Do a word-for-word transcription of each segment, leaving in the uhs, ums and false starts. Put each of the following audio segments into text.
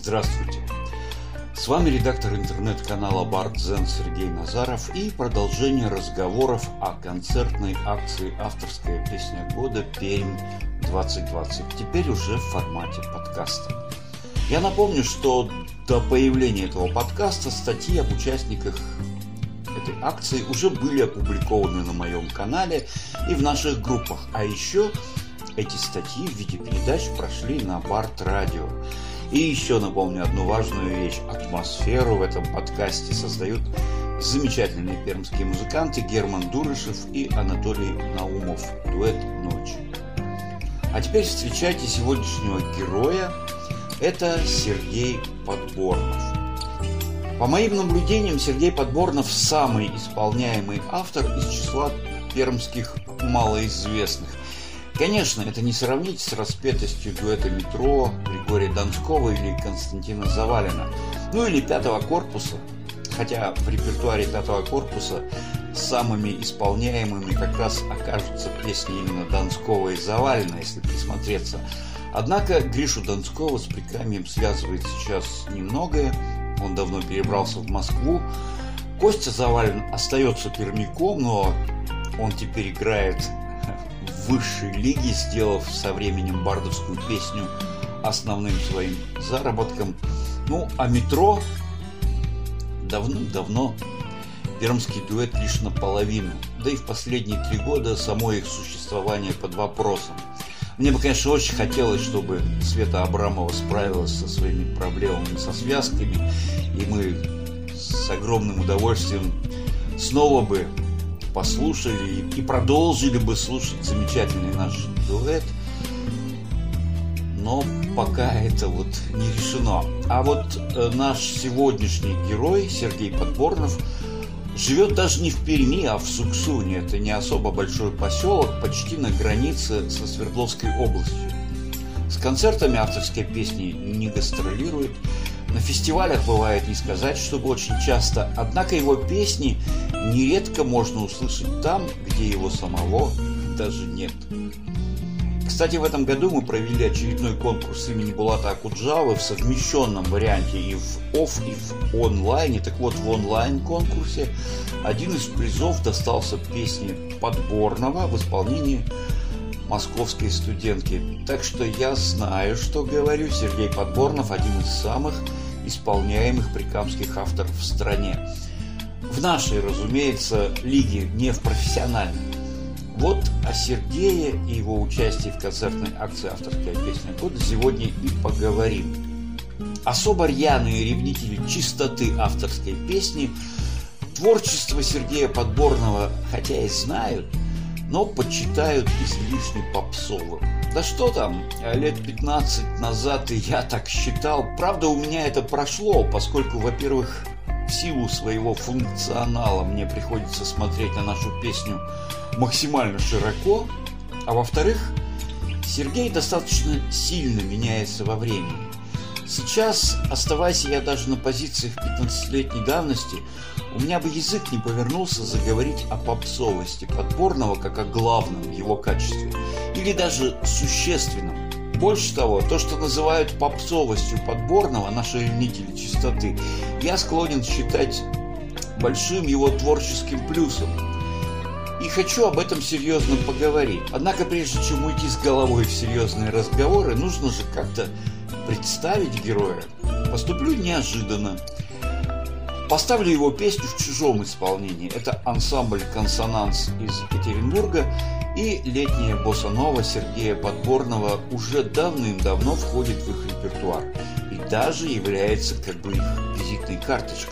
Здравствуйте! С вами редактор интернет-канала Бардзен Сергей Назаров и продолжение разговоров о концертной акции «Авторская песня года Пермь двадцать двадцать», теперь уже в формате подкаста. Я напомню, что до появления этого подкаста статьи об участниках этой акции уже были опубликованы на моем канале и в наших группах, а еще эти статьи в виде передач прошли на Бард Радио. И еще напомню одну важную вещь. Атмосферу в этом подкасте создают замечательные пермские музыканты Герман Дурышев и Анатолий Наумов. Дуэт «Ночь». А теперь встречайте сегодняшнего героя. Это Сергей Подборнов. По моим наблюдениям, Сергей Подборнов самый исполняемый автор из числа пермских малоизвестных. Конечно, это не сравнить с распетостью дуэта «Метро», Григория Донского или Константина Завалина, ну или «Пятого корпуса», хотя в репертуаре «Пятого корпуса» самыми исполняемыми как раз окажутся песни именно Донского и Завалина, если присмотреться. Однако Гришу Донского с Прикамьем связывает сейчас немногое, он давно перебрался в Москву. Костя Завалин остается пермяком, но он теперь играет в высшей лиге, сделав со временем бардовскую песню основным своим заработком. Ну, а «Метро» давным-давно пермский дуэт лишь наполовину, да и в последние три года само их существование под вопросом. Мне бы, конечно, очень хотелось, чтобы Света Абрамова справилась со своими проблемами со связками, и мы с огромным удовольствием снова бы послушали и продолжили бы слушать замечательный наш дуэт, но пока это вот не решено. А вот э, наш сегодняшний герой Сергей Подборнов живет даже не в Перми, а в Суксуне. Это не особо большой поселок, почти на границе со Свердловской областью. С концертами авторской песни не гастролирует. На фестивалях бывает не сказать, чтобы очень часто, однако его песни нередко можно услышать там, где его самого даже нет. Кстати, в этом году мы провели очередной конкурс имени Булата Акуджавы в совмещенном варианте и в офф, и в онлайне. Так вот, в онлайн-конкурсе один из призов достался песне Подборнова в исполнении московской студентки. Так что я знаю, что говорю. Сергей Подборнов – один из самых исполняемых прикамских авторов в стране. В нашей, разумеется, лиге, не в профессиональной. Вот о Сергее и его участии в концертной акции «Авторская песня года» сегодня и поговорим. Особо рьяные ревнители чистоты авторской песни творчество Сергея Подборнова хотя и знают, но почитают излишне попсовым. Да что там, лет пятнадцать назад и я так считал. Правда, у меня это прошло, поскольку, во-первых, в силу своего функционала мне приходится смотреть на нашу песню максимально широко, а во-вторых, Сергей достаточно сильно меняется во времени. Сейчас, оставаясь я даже на позициях пятнадцатилетней давности, у меня бы язык не повернулся заговорить о попсовости Подборного как о главном его качестве, или даже существенном. Больше того, то, что называют попсовостью Подборного, наши ревнители чистоты, я склонен считать большим его творческим плюсом. И хочу об этом серьезно поговорить. Однако, прежде чем уйти с головой в серьезные разговоры, нужно же как-то представить героя. Поступлю неожиданно. Поставлю его песню в чужом исполнении. Это ансамбль «Консонанс» из Екатеринбурга, и летняя босса-нова Сергея Подборнова уже давным-давно входит в их репертуар и даже является как бы их визитной карточкой.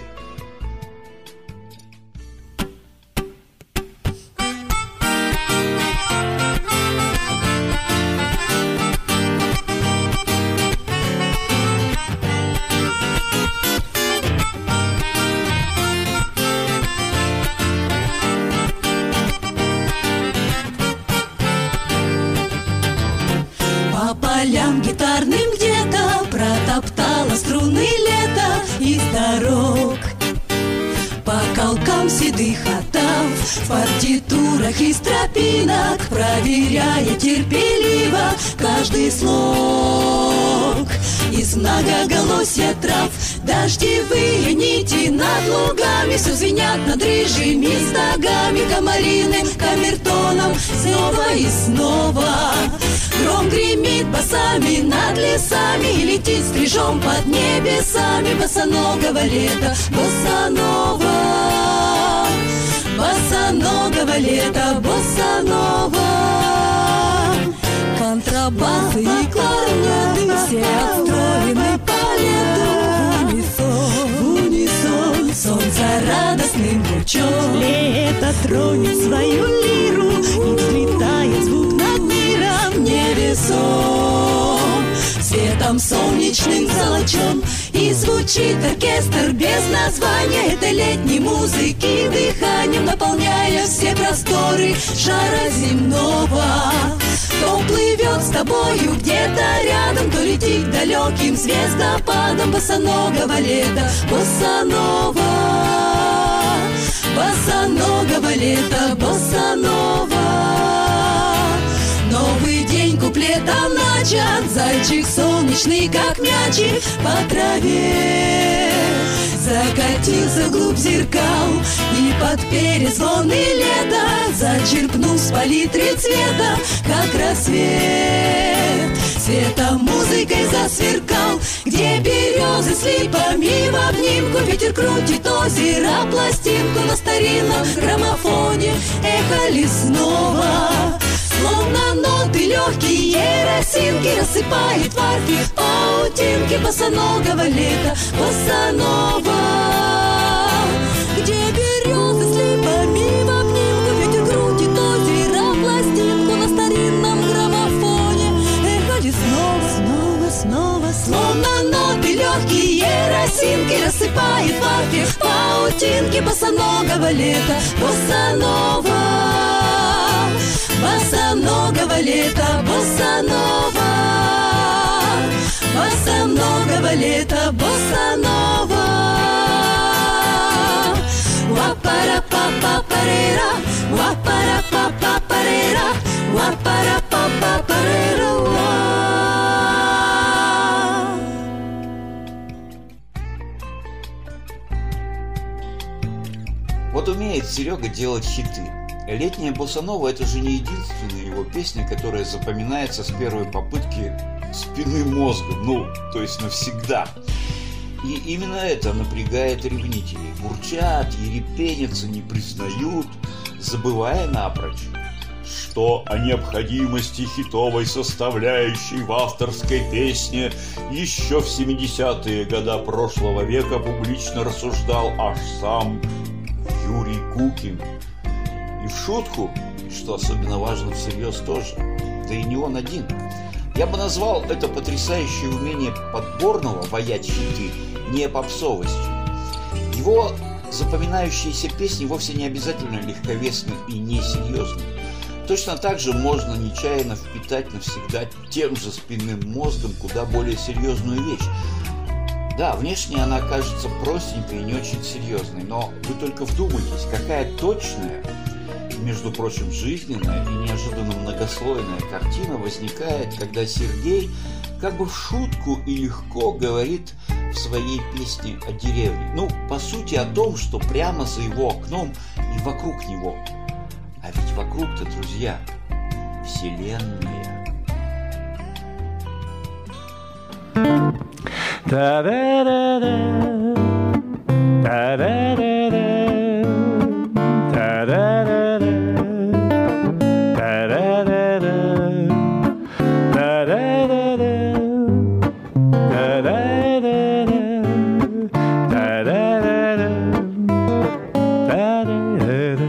Полям гитарным где-то протоптала струны лета из дорог. По колкам седых отам в партитурах из тропинок, проверяя терпеливо каждый слог. Из многоголосья трав дождевые нити над лугами все звенят над рыжими стогами, комариным камертоном снова и снова. Гром гремит басами над лесами и летит стрижом под небесами. Босоногого лета, босанова, босоногого лета, босанова. Контрабасы и кларнеты все отстроены по лету в унисон, в унисон. Солнце радостным лучом лето тронет свою лиру, и взлетает звук над миром невесом. Светом солнечным золочен и звучит оркестр без названия этой летней музыки, дыханием наполняя все просторы шара земного. То плывет с тобою где-то рядом, то летит далеким звездопадом. Босоногого лета, босанова, босоногого лета, босанова. Новый день куплетом начат, зайчик солнечный, как мячик по траве. Закатился вглубь зеркал и под перезвоны лета, зачерпнув с палитры цвета, как рассвет. Светом музыкой засверкал, где березы с липами в обнимку. Ветер крутит озеро, пластинку на старинном граммофоне, эхо лесного. Словно ноты легкие росинки рассыпает в арфе паутинки босоногого лета, босанова. Где березы с липами в обнимку, ветер крутит озеро, пластинку на старинном граммофоне, эхо лесного. Снова, снова, словно ноты легкие росинки рассыпает в арфе паутинки босоногого лета, босанова. Босоногого лета, босанова, босоногого лета, босанова. Уа-пара-па-па-парера, уа-пара-па-па-парера, уа-пара-па-па-парера, уа. Вот умеет Серега делать хиты. «Летняя босанова» — это же не единственная его песня, которая запоминается с первой попытки спинным мозгом, ну, то есть навсегда. И именно это напрягает ревнителей. Бурчат, ерепенятся, не признают, забывая напрочь, что о необходимости хитовой составляющей в авторской песне еще в семидесятые годы прошлого века публично рассуждал аж сам Юрий Гукин. И в шутку, что особенно важно всерьез тоже, да и не он один. Я бы назвал это потрясающее умение Подборного ваять хиты не попсовостью. Его запоминающиеся песни вовсе не обязательно легковесны и несерьезны. Точно так же можно нечаянно впитать навсегда тем же спинным мозгом куда более серьезную вещь. Да, внешне она кажется простенькой и не очень серьезной, но вы только вдумайтесь, какая точная, между прочим, жизненная и неожиданно многослойная картина возникает, когда Сергей как бы в шутку и легко говорит в своей песне о деревне. Ну, по сути, о том, что прямо за его окном и вокруг него. А ведь вокруг-то, друзья, вселенная. Та-да-да-да, та-да-да-да, та-да-да-да, та-да-да-да, та-да-да-да, та-да-да-да, та-да-да-да.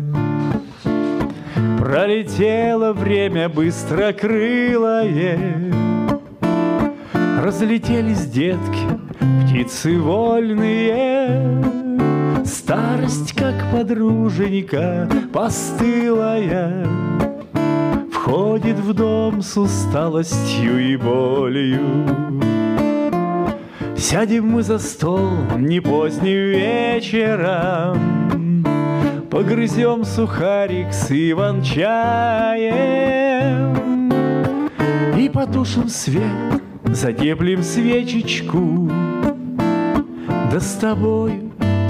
Пролетело время быстрокрылое, разлетелись детки, птицы вольные. Старость, как подруженька постылая, входит в дом с усталостью и болью. Сядем мы за стол не поздним вечером, погрызем сухарик с иван-чаем и потушим свет, затеплим свечечку, да с тобой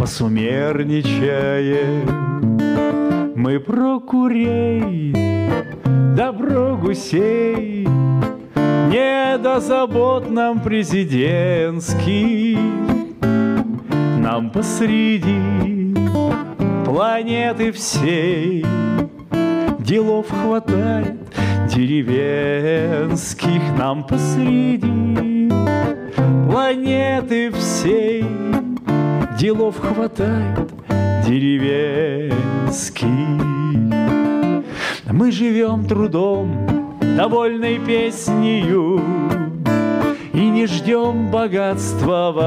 посумерничаем. Мы про курей, да про гусей, не до забот нам президентских. Нам посреди планеты всей делов хватает деревенских. Нам посреди планеты всей делов хватает деревенских. Мы живем трудом, довольной песнею, и не ждем богатства в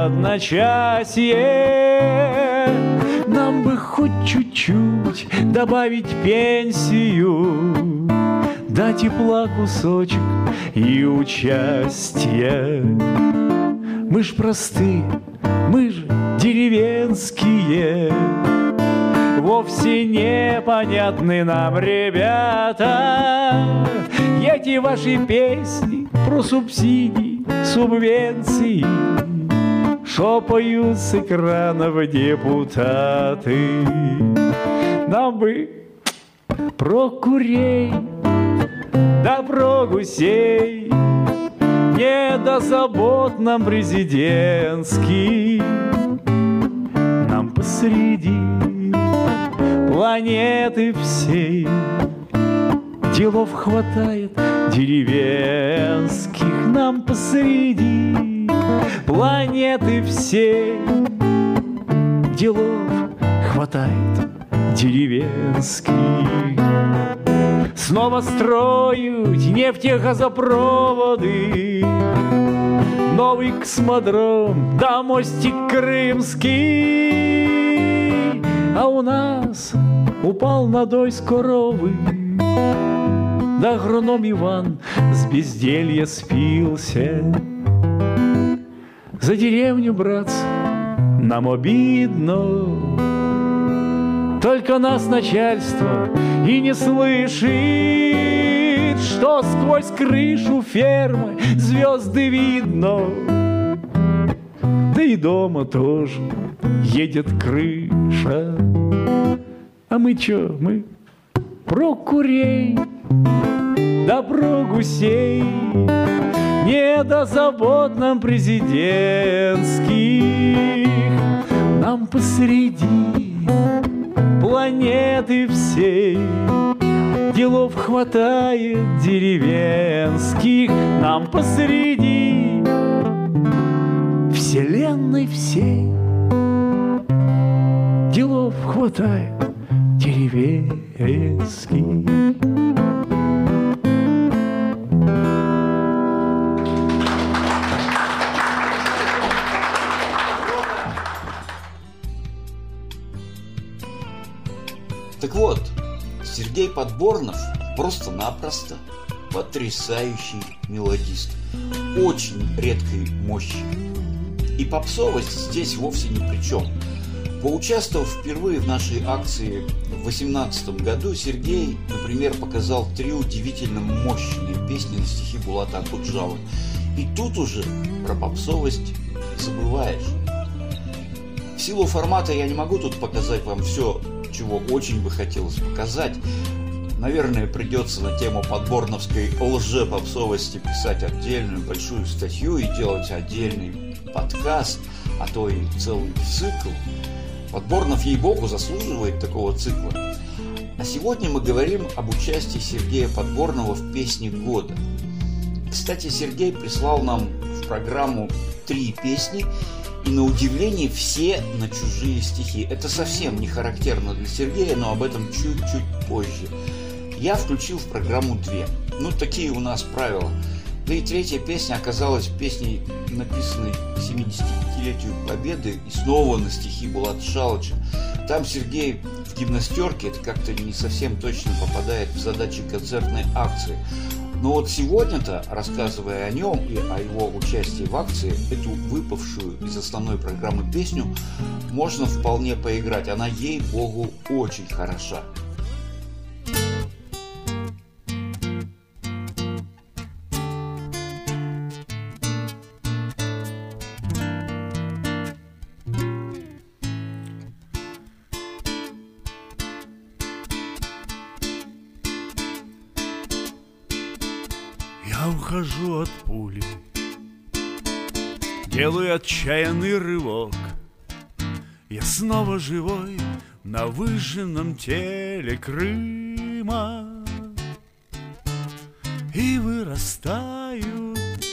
одночасье. Нам бы хоть чуть-чуть добавить пенсию, да тепла кусочек и участия. Мы ж простые, мы же деревенские, вовсе непонятны нам, ребята, эти ваши песни про субсидии, субвенции, шо поют с экранов депутаты. Нам бы про курей, да про гусей, не до забот нам президентских. Нам посреди планеты всей делов хватает деревенских. Нам посреди планеты всей делов хватает деревенских. Снова строят нефтегазопроводы, новый космодром, да мостик крымский. А у нас упал надой с коровы, да агроном Иван с безделья спился. За деревню, братцы, нам обидно, только нас начальство и не слышит, что сквозь крышу фермы звезды видно. Да и дома тоже едет крыша. А мы чё, мы про курей, да про гусей, не до забот нам президентских. Нам посреди планеты всей делов хватает деревенских. Нам посреди вселенной всей делов хватает деревенских. Так вот, Сергей Подборнов просто-напросто потрясающий мелодист, очень редкой мощи. И попсовость здесь вовсе ни при чем. Поучаствовав впервые в нашей акции в две тысячи восемнадцатом году, Сергей, например, показал три удивительно мощные песни на стихи Булата Акуджавы. И тут уже про попсовость забываешь. В силу формата я не могу тут показать вам все, чего очень бы хотелось показать. Наверное, придется на тему подборновской лже-попсовости писать отдельную большую статью и делать отдельный подкаст, а то и целый цикл. Подборнов, ей-богу, заслуживает такого цикла. А сегодня мы говорим об участии Сергея Подборнова в «Песне года». Кстати, Сергей прислал нам в программу три песни, и на удивление все на чужие стихи. Это совсем не характерно для Сергея, но об этом чуть-чуть позже. Я включил в программу две. Ну, такие у нас правила. Да и третья песня оказалась песней, написанной к семидесятипятилетию Победы, и снова на стихи Булата Шалыча. Там Сергей в гимнастерке, это как-то не совсем точно попадает в задачи концертной акции. Но вот сегодня-то, рассказывая о нем и о его участии в акции, эту выпавшую из основной программы песню можно вполне поиграть. Она, ей-богу, очень хороша. Я ухожу от пули, делаю отчаянный рывок. Я снова живой на выжженном теле Крыма и вырастаю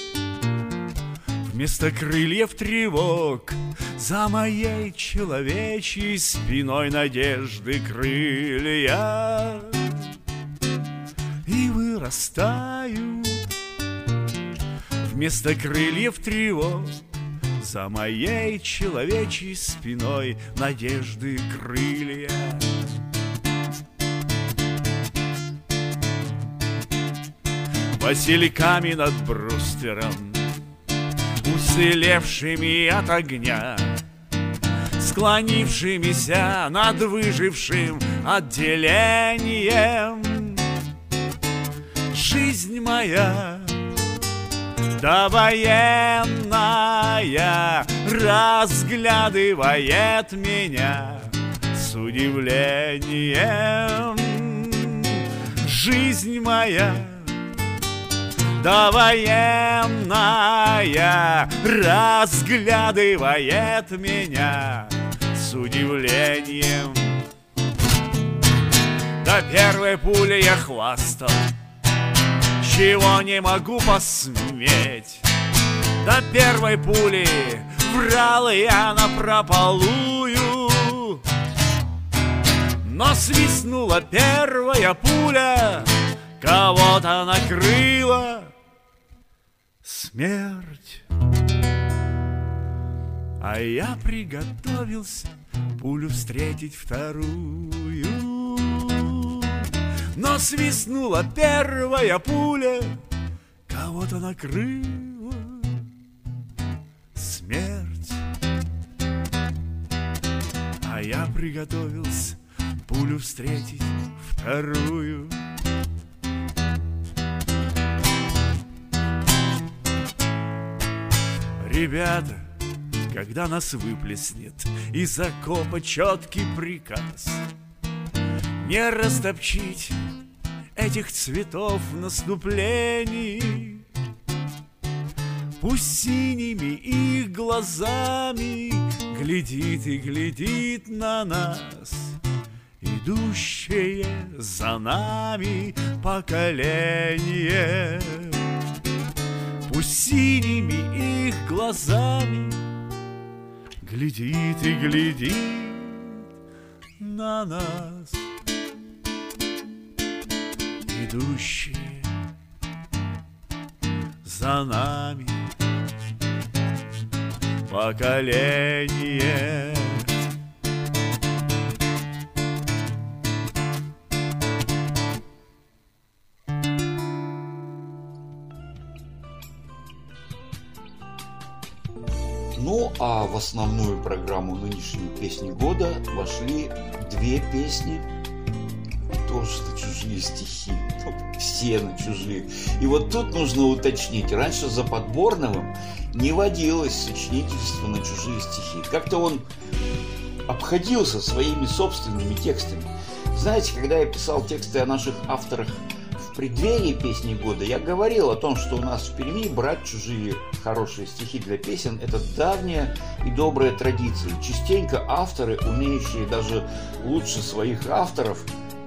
вместо крыльев тревог за моей человечьей спиной надежды крылья. И вырастаю вместо крыльев тревог за моей человечьей спиной надежды крылья. Васильками над бруствером, уцелевшими от огня, склонившимися над выжившим отделением. Жизнь моя довоенная разглядывает меня с удивлением. Жизнь моя довоенная разглядывает меня с удивлением. До первой пули я хвастал, чего не могу посметь. До первой пули врал я напропалую, но свистнула первая пуля, кого-то накрыла смерть. А я приготовился пулю встретить вторую, но свистнула первая пуля, кого-то накрыла смерть. А я приготовился пулю встретить вторую. Ребята, когда нас выплеснет из окопа четкий приказ не растопчить этих цветов наступлений, пусть синими их глазами глядит и глядит на нас идущее за нами поколение. Пусть синими их глазами глядит и глядит на нас идущие за нами поколение. Ну, а в основную программу нынешней песни года вошли две песни, тоже на чужие стихи, ну, все на чужие. И вот тут нужно уточнить, раньше за Подборновым не водилось сочинительство на чужие стихи. Как-то он обходился своими собственными текстами. Знаете, когда я писал тексты о наших авторах в преддверии песни года, я говорил о том, что у нас в Перми брать чужие хорошие стихи для песен – это давняя и добрая традиция. Частенько авторы, умеющие даже лучше своих авторов,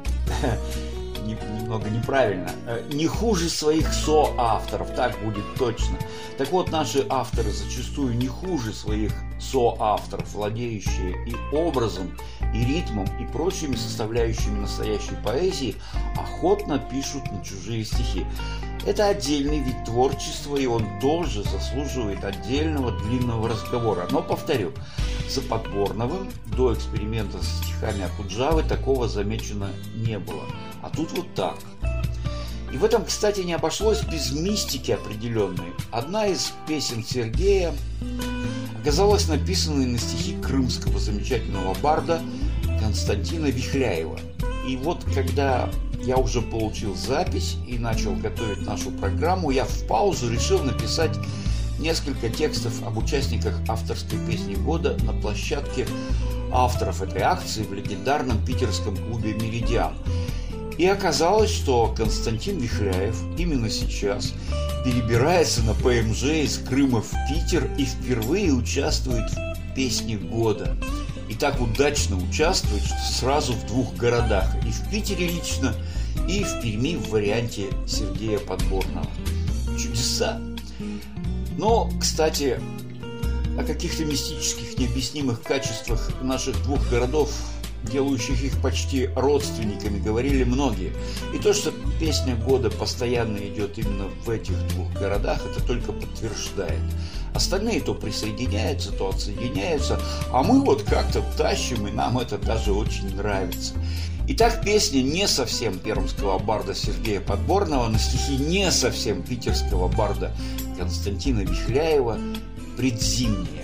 немного неправильно, не хуже своих соавторов, так будет точно. Так вот, наши авторы зачастую не хуже своих соавторов, владеющие и образом, и ритмом, и прочими составляющими настоящей поэзии, охотно пишут на чужие стихи. Это отдельный вид творчества, и он тоже заслуживает отдельного длинного разговора. Но, повторю, за Подборновым до эксперимента со стихами Окуджавы такого замечено не было. А тут вот так. И в этом, кстати, не обошлось без мистики определенной. Одна из песен Сергея оказалась написанной на стихи крымского замечательного барда Константина Вихляева. И вот когда я уже получил запись и начал готовить нашу программу, я в паузу решил написать несколько текстов об участниках авторской песни года на площадке авторов этой акции в легендарном питерском клубе «Меридиан». И оказалось, что Константин Вихляев именно сейчас перебирается на ПМЖ из Крыма в Питер и впервые участвует в песне года. И так удачно участвует, что сразу в двух городах. И в Питере лично, и в Перми в варианте Сергея Подборного. Чудеса! Но, кстати, о каких-то мистических, необъяснимых качествах наших двух городов, делающих их почти родственниками, говорили многие. И то, что песня года постоянно идет именно в этих двух городах, это только подтверждает. Остальные то присоединяются, то отсоединяются, а мы вот как-то тащим, и нам это даже очень нравится. Итак, песня не совсем пермского барда Сергея Подборного на стихи не совсем питерского барда Константина Вихляева «Предзимняя».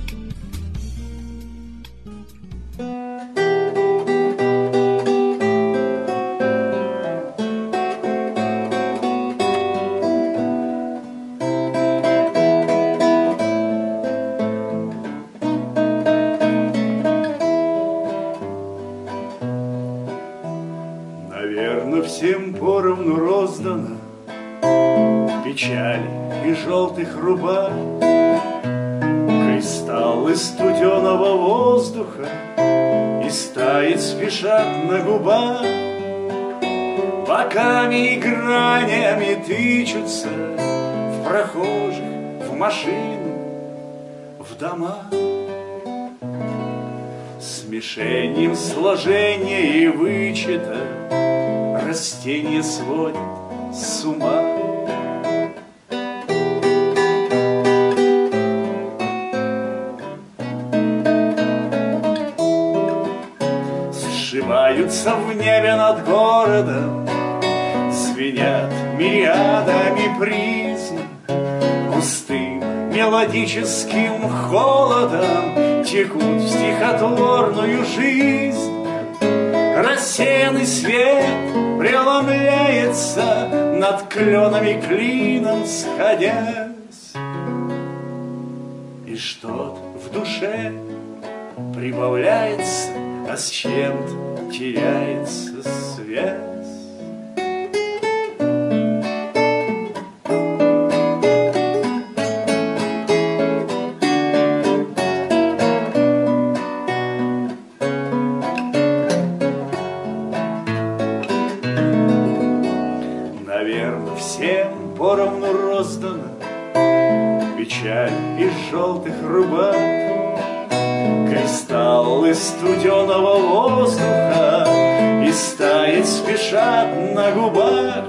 Всем поровну роздано печали и желтых рубах, кристаллы студеного воздуха и стаять спешат на губах, боками и гранями тычутся в прохожих, в машину, в дома. Смешением сложения и вычета растения сводят с ума. Сшиваются в небе над городом, звенят мириадами призм, густым мелодическим холодом текут в стихотворную жизнь. Рассеянный свет преломляется над кленами клином сходясь, и что-то в душе прибавляется, а с чем-то теряется связь. Поровну роздана печаль из желтых рубах, кристаллы студеного воздуха и стаять спешат на губах.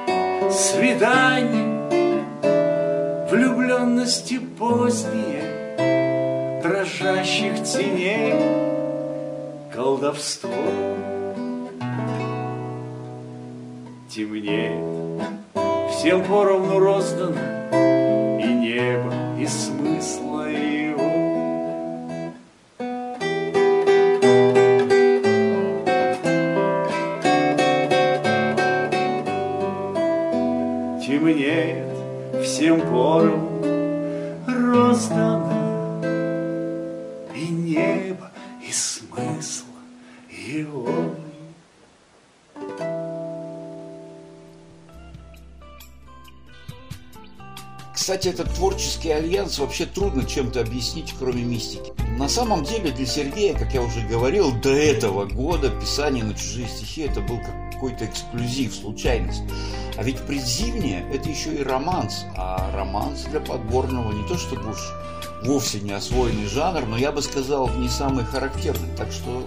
Свидания, влюбленности поздние, дрожащих теней, колдовство. Темнеет, всем поровну роздано и небо, и смысла его. Темнеет, всем поровну роздано и небо, и смысла его. Кстати, этот творческий альянс вообще трудно чем-то объяснить, кроме мистики. На самом деле для Сергея, как я уже говорил, до этого года писание на чужие стихи это был какой-то эксклюзив, случайность. А ведь «Предзимняя» это еще и романс, а романс для Подборного не то чтобы уж вовсе не освоенный жанр, но я бы сказал не самый характерный, так что...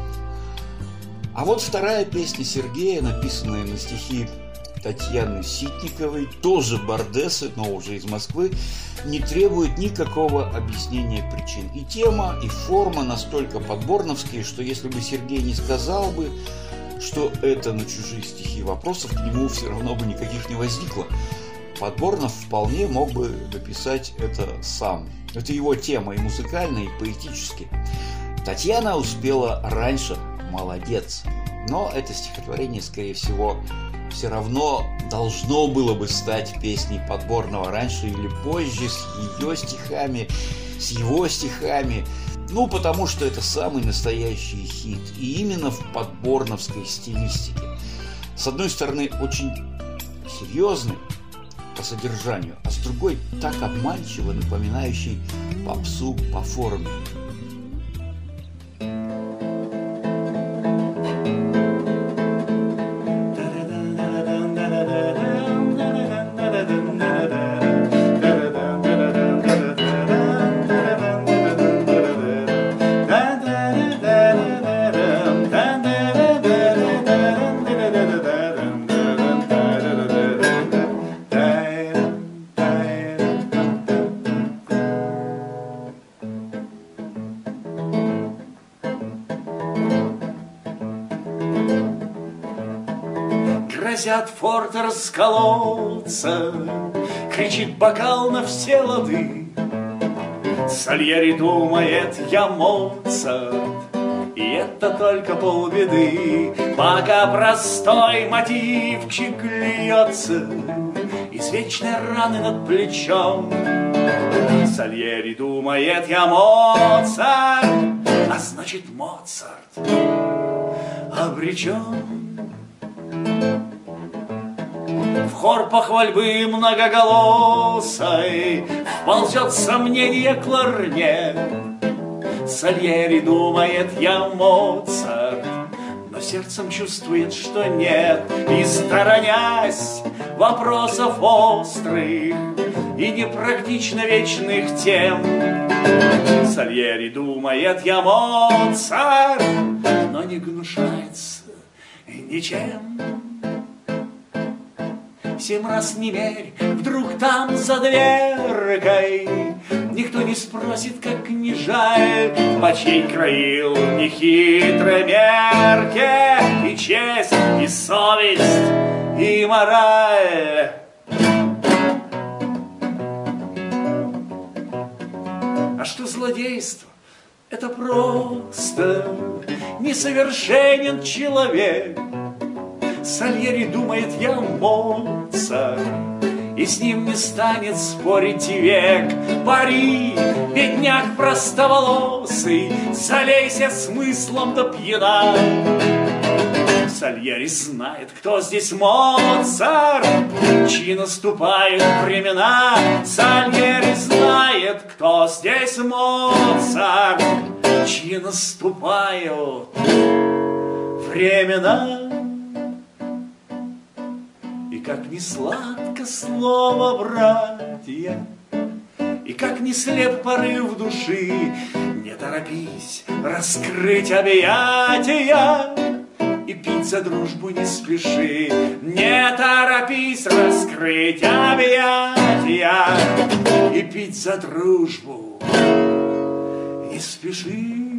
А вот вторая песня Сергея, написанная на стихи Татьяны Ситниковой, тоже бардесы, но уже из Москвы, не требует никакого объяснения причин. И тема, и форма настолько подборновские, что если бы Сергей не сказал бы, что это на чужие стихи, вопросов к нему все равно бы никаких не возникло. Подборнов вполне мог бы написать это сам. Это его тема и музыкально, и поэтически. Татьяна успела раньше, молодец. Но это стихотворение, скорее всего, все равно должно было бы стать песней Подборного раньше или позже, с ее стихами, с его стихами. Ну, потому что это самый настоящий хит. И именно в подборновской стилистике. С одной стороны, очень серьезный по содержанию, а с другой так обманчиво напоминающий попсу по форме. Грозят форты расколоться, кричит бокал на все лады. Сальери думает, я Моцарт, и это только полбеды. Пока простой мотивчик льется из вечной раны над плечом. Сальери думает, я Моцарт, а значит Моцарт обречен. В хор похвальбы многоголосой вползет сомнение кларнет. Сальери думает, я Моцарт, но сердцем чувствует, что нет. И сторонясь вопросов острых и непрактично вечных тем, Сальери думает, я Моцарт, но не гнушается ничем. Семь раз не мерь, вдруг там за дверкой никто не спросит, как не жаль, по чьей краил нехитрой мерке и честь, и совесть, и мораль. А что злодейство? Это просто несовершенен человек. Сальери думает, я Моцарт, и с ним не станет спорить и век. Пари, бедняк простоволосый, залейся смыслом до пьяна. Сальери знает, кто здесь Моцарт, чьи наступают времена. Сальери знает, кто здесь Моцарт, чьи наступают времена. И как не сладко слово, братья, и как не слеп порыв души, не торопись раскрыть объятия, и пить за дружбу не спеши. Не торопись раскрыть объятия, и пить за дружбу не спеши.